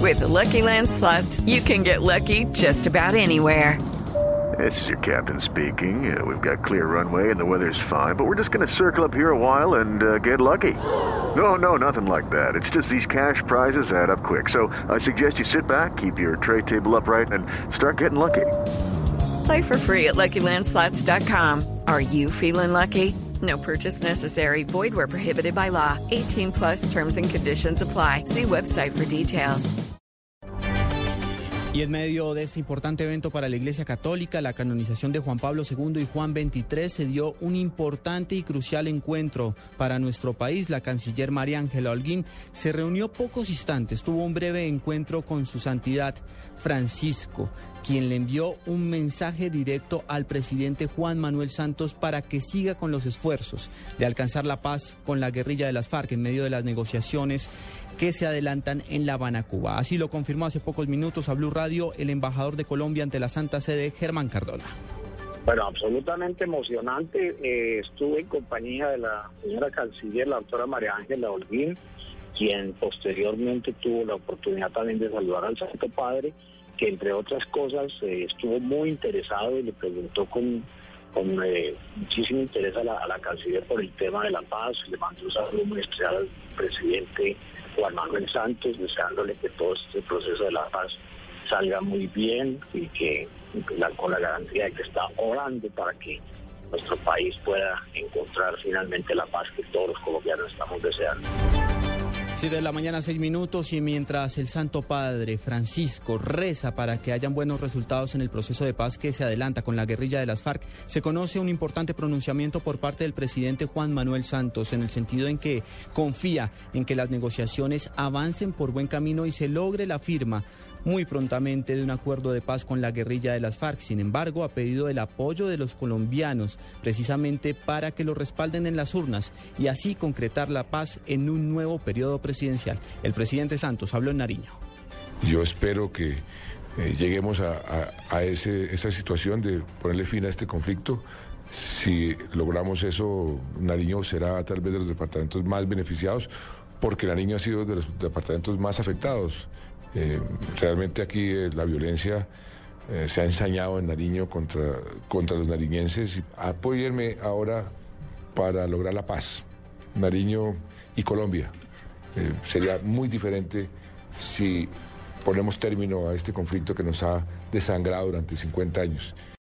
With the Lucky Land Slots, you can get lucky just about anywhere. This is your captain speaking. We've got clear runway and the weather's fine, but we're just going to circle up here a while and get lucky. No, nothing like that. It's just these cash prizes add up quick. So I suggest you sit back, keep your tray table upright, and start getting lucky. Play for free at LuckyLandSlots.com. Are you feeling lucky? No purchase necessary. Void where prohibited by law. 18 plus terms and conditions apply. See website for details. Y en medio de este importante evento para la Iglesia Católica, la canonización de Juan Pablo II y Juan XXIII, se dio un importante y crucial encuentro para nuestro país. La canciller María Ángela Holguín se reunió pocos instantes, tuvo un breve encuentro con su santidad Francisco, quien le envió un mensaje directo al presidente Juan Manuel Santos para que siga con los esfuerzos de alcanzar la paz con la guerrilla de las FARC en medio de las negociaciones que se adelantan en La Habana, Cuba. Así lo confirmó hace pocos minutos a Blue Radio el embajador de Colombia ante la Santa Sede, Germán Cardona. Bueno, absolutamente emocionante. Estuve en compañía de la señora canciller, la doctora María Ángela Holguín, quien posteriormente tuvo la oportunidad también de saludar al Santo Padre, que entre otras cosas estuvo muy interesado y le preguntó con muchísimo interés a la canciller por el tema de la paz. Le mandó un saludo muy especial al presidente Juan Manuel Santos, deseándole que todo este proceso de la paz salga muy bien y que con la garantía de que está orando para que nuestro país pueda encontrar finalmente la paz que todos los colombianos estamos deseando. 7 de la mañana, 6 minutos, y mientras el Santo Padre Francisco reza para que hayan buenos resultados en el proceso de paz que se adelanta con la guerrilla de las FARC, se conoce un importante pronunciamiento por parte del presidente Juan Manuel Santos, en el sentido en que confía en que las negociaciones avancen por buen camino y se logre la firma muy prontamente de un acuerdo de paz con la guerrilla de las FARC. Sin embargo, ha pedido el apoyo de los colombianos precisamente para que lo respalden en las urnas y así concretar la paz en un nuevo periodo presidencial. El presidente Santos habló en Nariño. Yo espero que lleguemos a esa situación de ponerle fin a este conflicto. Si logramos eso, Nariño será tal vez de los departamentos más beneficiados, porque Nariño ha sido de los departamentos más afectados. Realmente aquí la violencia se ha ensañado en Nariño contra los nariñenses. Apóyenme ahora para lograr la paz. Nariño y Colombia. Sería muy diferente si ponemos término a este conflicto que nos ha desangrado durante 50 años.